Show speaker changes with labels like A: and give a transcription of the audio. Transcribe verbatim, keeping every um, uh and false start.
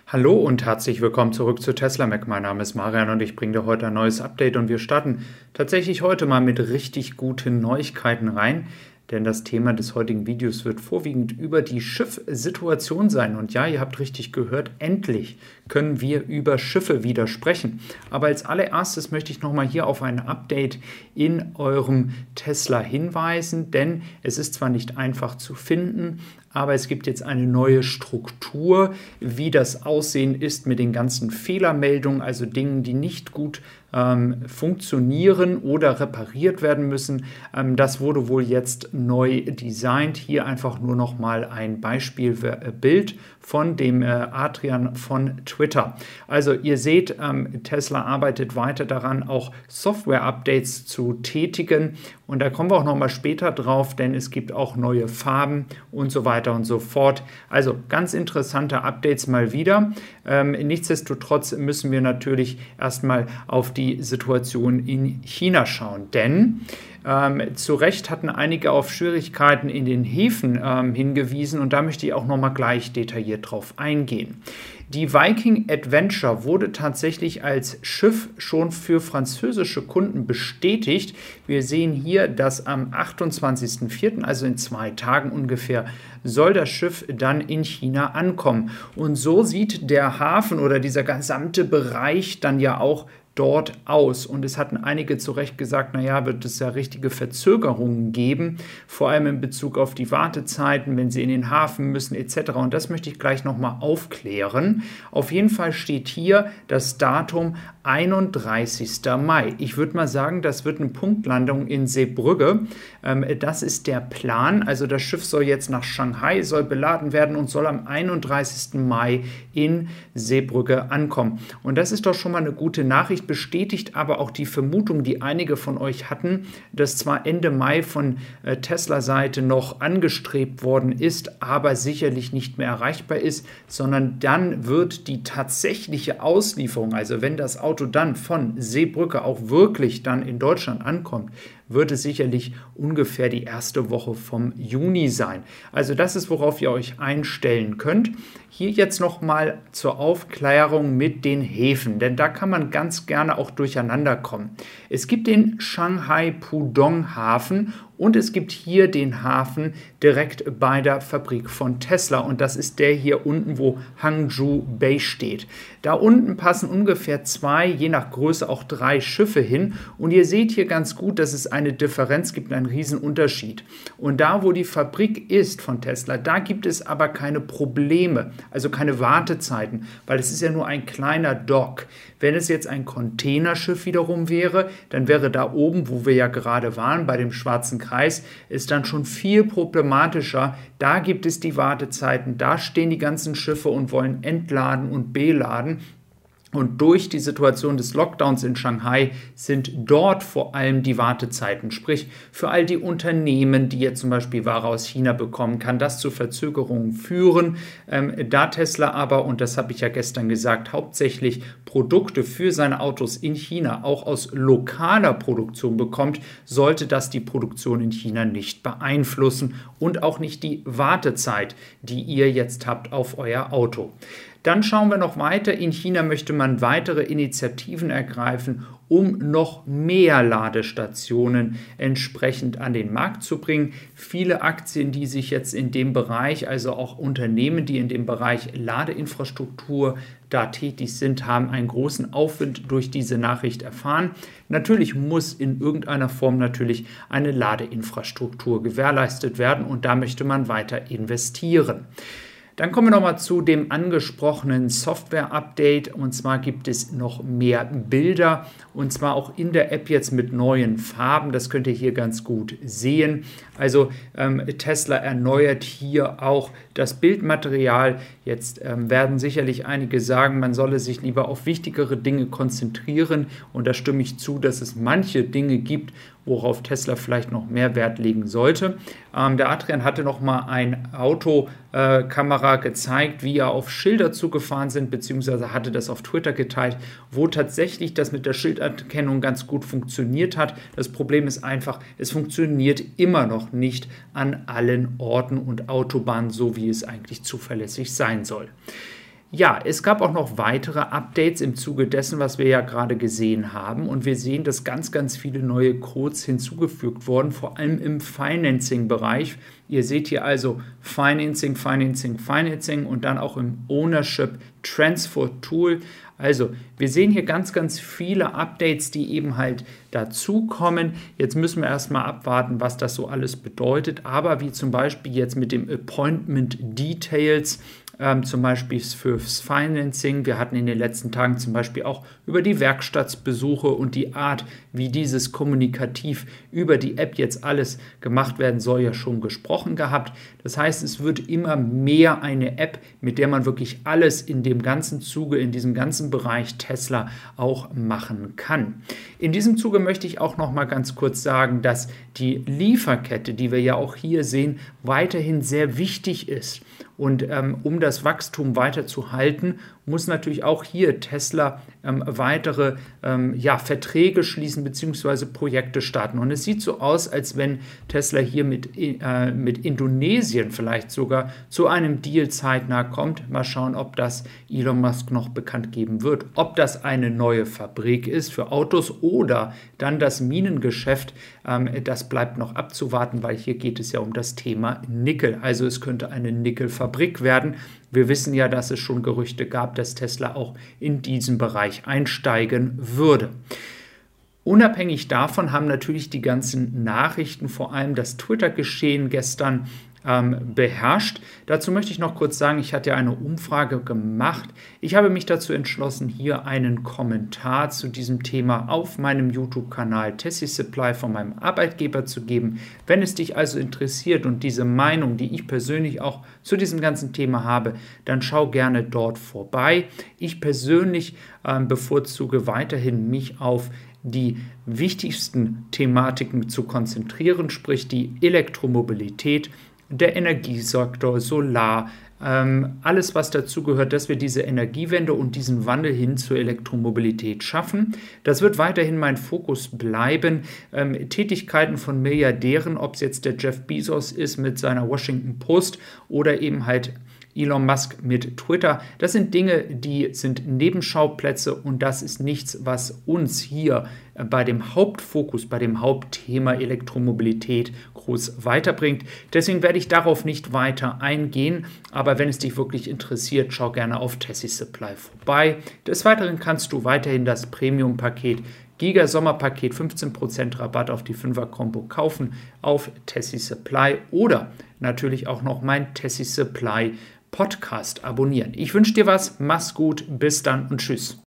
A: Hallo und herzlich willkommen zurück zu Tesla Mac. Mein Name ist Marian und ich bringe dir heute ein neues Update und wir starten tatsächlich heute mal mit richtig guten Neuigkeiten rein, denn das Thema des heutigen Videos wird vorwiegend über die Schiffssituation sein. Und ja, ihr habt richtig gehört, endlich können wir über Schiffe wieder sprechen. Aber als allererstes möchte ich nochmal hier auf ein Update in eurem Tesla hinweisen, denn es ist zwar nicht einfach zu finden, aber es gibt jetzt eine neue Struktur, wie das Aussehen ist mit den ganzen Fehlermeldungen, also Dingen, die nicht gut ähm, funktionieren oder repariert werden müssen. Ähm, das wurde wohl jetzt neu designt. Hier einfach nur noch mal ein Beispielbild von dem äh, Adrian von Twitter. Also ihr seht, ähm, Tesla arbeitet weiter daran, auch Software-Updates zu tätigen. Und da kommen wir auch noch mal später drauf, denn es gibt auch neue Farben und so weiter und so fort. Also ganz interessante Updates mal wieder. Ähm, nichtsdestotrotz müssen wir natürlich erstmal auf die Situation in China schauen, denn ähm, zu Recht hatten einige auf Schwierigkeiten in den Häfen ähm, hingewiesen und da möchte ich auch noch mal gleich detailliert drauf eingehen. Die Viking Adventure wurde tatsächlich als Schiff schon für französische Kunden bestätigt. Wir sehen hier, dass am achtundzwanzigsten vierten, also in zwei Tagen ungefähr, soll das Schiff dann in China ankommen. Und so sieht der Hafen oder dieser gesamte Bereich dann ja auch dort aus. Und es hatten einige zu Recht gesagt, naja, wird es ja richtige Verzögerungen geben, vor allem in Bezug auf die Wartezeiten, wenn sie in den Hafen müssen et cetera. Und das möchte ich gleich nochmal aufklären. Auf jeden Fall steht hier das Datum einunddreißigsten Mai. Ich würde mal sagen, das wird eine Punktlandung in Zeebrugge. Ähm, das ist der Plan. Also das Schiff soll jetzt nach Shanghai, soll beladen werden und soll am einunddreißigsten Mai in Zeebrugge ankommen. Und das ist doch schon mal eine gute Nachricht, bestätigt aber auch die Vermutung, die einige von euch hatten, dass zwar Ende Mai von äh, Tesla-Seite noch angestrebt worden ist, aber sicherlich nicht mehr erreichbar ist, sondern dann wird die tatsächliche Auslieferung, also wenn das Auto dann von Zeebrugge auch wirklich dann in Deutschland ankommt, wird es sicherlich ungefähr die erste Woche vom Juni sein. Also das ist, worauf ihr euch einstellen könnt. Hier jetzt nochmal zur Aufklärung mit den Häfen, denn da kann man ganz gerne auch durcheinander kommen. Es gibt den Shanghai-Pudong-Hafen und es gibt hier den Hafen direkt bei der Fabrik von Tesla und das ist der hier unten, wo Hangzhou Bay steht. Da unten passen ungefähr zwei, je nach Größe auch drei Schiffe hin und ihr seht hier ganz gut, dass es eine Differenz gibt, einen riesen Unterschied. Und da, wo die Fabrik ist von Tesla, da gibt es aber keine Probleme, also keine Wartezeiten, weil es ist ja nur ein kleiner Dock. Wenn es jetzt ein Containerschiff wiederum wäre, dann wäre da oben, wo wir ja gerade waren, bei dem Schwarzen Kreis, ist dann schon viel problematischer. Da gibt es die Wartezeiten, da stehen die ganzen Schiffe und wollen entladen und beladen. Und durch die Situation des Lockdowns in Shanghai sind dort vor allem die Wartezeiten. Sprich, für all die Unternehmen, die jetzt zum Beispiel Ware aus China bekommen, kann das zu Verzögerungen führen. Ähm, da Tesla aber, und das habe ich ja gestern gesagt, hauptsächlich Produkte für seine Autos in China auch aus lokaler Produktion bekommt, sollte das die Produktion in China nicht beeinflussen und auch nicht die Wartezeit, die ihr jetzt habt auf euer Auto. Dann schauen wir noch weiter. In China möchte man weitere Initiativen ergreifen, um noch mehr Ladestationen entsprechend an den Markt zu bringen. Viele Aktien, die sich jetzt in dem Bereich, also auch Unternehmen, die in dem Bereich Ladeinfrastruktur da tätig sind, haben einen großen Aufwind durch diese Nachricht erfahren. Natürlich muss in irgendeiner Form natürlich eine Ladeinfrastruktur gewährleistet werden und da möchte man weiter investieren. Dann kommen wir nochmal zu dem angesprochenen Software-Update und zwar gibt es noch mehr Bilder und zwar auch in der App jetzt mit neuen Farben. Das könnt ihr hier ganz gut sehen. Also ähm, Tesla erneuert hier auch das Bildmaterial. Jetzt ähm, werden sicherlich einige sagen, man solle sich lieber auf wichtigere Dinge konzentrieren und da stimme ich zu, dass es manche Dinge gibt, worauf Tesla vielleicht noch mehr Wert legen sollte. Ähm, der Adrian hatte noch mal ein Autokamera äh, gezeigt, wie er auf Schilder zugefahren sind, beziehungsweise hatte das auf Twitter geteilt, wo tatsächlich das mit der Schilderkennung ganz gut funktioniert hat. Das Problem ist einfach, es funktioniert immer noch nicht an allen Orten und Autobahnen, so wie es eigentlich zuverlässig sein soll. Ja, es gab auch noch weitere Updates im Zuge dessen, was wir ja gerade gesehen haben. Und wir sehen, dass ganz, ganz viele neue Codes hinzugefügt wurden, vor allem im Financing-Bereich. Ihr seht hier also Financing, Financing, Financing und dann auch im Ownership Transfer Tool. Also wir sehen hier ganz, ganz viele Updates, die eben halt dazukommen. Jetzt müssen wir erstmal abwarten, was das so alles bedeutet. Aber wie zum Beispiel jetzt mit dem Appointment Details, Ähm, zum Beispiel fürs Financing. Wir hatten in den letzten Tagen zum Beispiel auch über die Werkstattbesuche und die Art, wie dieses kommunikativ über die App jetzt alles gemacht werden soll, ja schon gesprochen gehabt. Das heißt, es wird immer mehr eine App, mit der man wirklich alles in dem ganzen Zuge, in diesem ganzen Bereich Tesla auch machen kann. In diesem Zuge möchte ich auch noch mal ganz kurz sagen, dass die Lieferkette, die wir ja auch hier sehen, weiterhin sehr wichtig ist. Und ähm, um das Wachstum weiter zu halten, muss natürlich auch hier Tesla ähm, weitere ähm, ja, Verträge schließen bzw. Projekte starten. Und es sieht so aus, als wenn Tesla hier mit, äh, mit Indonesien vielleicht sogar zu einem Deal zeitnah kommt. Mal schauen, ob das Elon Musk noch bekannt geben wird. Ob das eine neue Fabrik ist für Autos oder dann das Minengeschäft, ähm, das bleibt noch abzuwarten, weil hier geht es ja um das Thema Nickel. Also es könnte eine Nickelfabrik werden. Wir wissen ja, dass es schon Gerüchte gab, dass Tesla auch in diesem Bereich einsteigen würde. Unabhängig davon haben natürlich die ganzen Nachrichten, vor allem das Twitter-Geschehen gestern, ähm, beherrscht. Dazu möchte ich noch kurz sagen, ich hatte ja eine Umfrage gemacht. Ich habe mich dazu entschlossen, hier einen Kommentar zu diesem Thema auf meinem YouTube-Kanal Tessie Supply von meinem Arbeitgeber zu geben. Wenn es dich also interessiert und diese Meinung, die ich persönlich auch zu diesem ganzen Thema habe, dann schau gerne dort vorbei. Ich persönlich ähm, bevorzuge weiterhin mich auf die wichtigsten Thematiken zu konzentrieren, sprich die Elektromobilität, der Energiesektor, Solar, ähm, alles was dazu gehört, dass wir diese Energiewende und diesen Wandel hin zur Elektromobilität schaffen. Das wird weiterhin mein Fokus bleiben. Ähm, Tätigkeiten von Milliardären, ob es jetzt der Jeff Bezos ist mit seiner Washington Post oder eben halt Elon Musk mit Twitter. Das sind Dinge, die sind Nebenschauplätze und das ist nichts, was uns hier bei dem Hauptfokus, bei dem Hauptthema Elektromobilität groß weiterbringt. Deswegen werde ich darauf nicht weiter eingehen, aber wenn es dich wirklich interessiert, schau gerne auf Tessie Supply vorbei. Des Weiteren kannst du weiterhin das Premium-Paket Giga-Sommerpaket fünfzehn Prozent Rabatt auf die Fünfer-Kombo kaufen auf Tessie Supply oder natürlich auch noch mein Tessie Supply Podcast abonnieren. Ich wünsche dir was, mach's gut, bis dann und tschüss.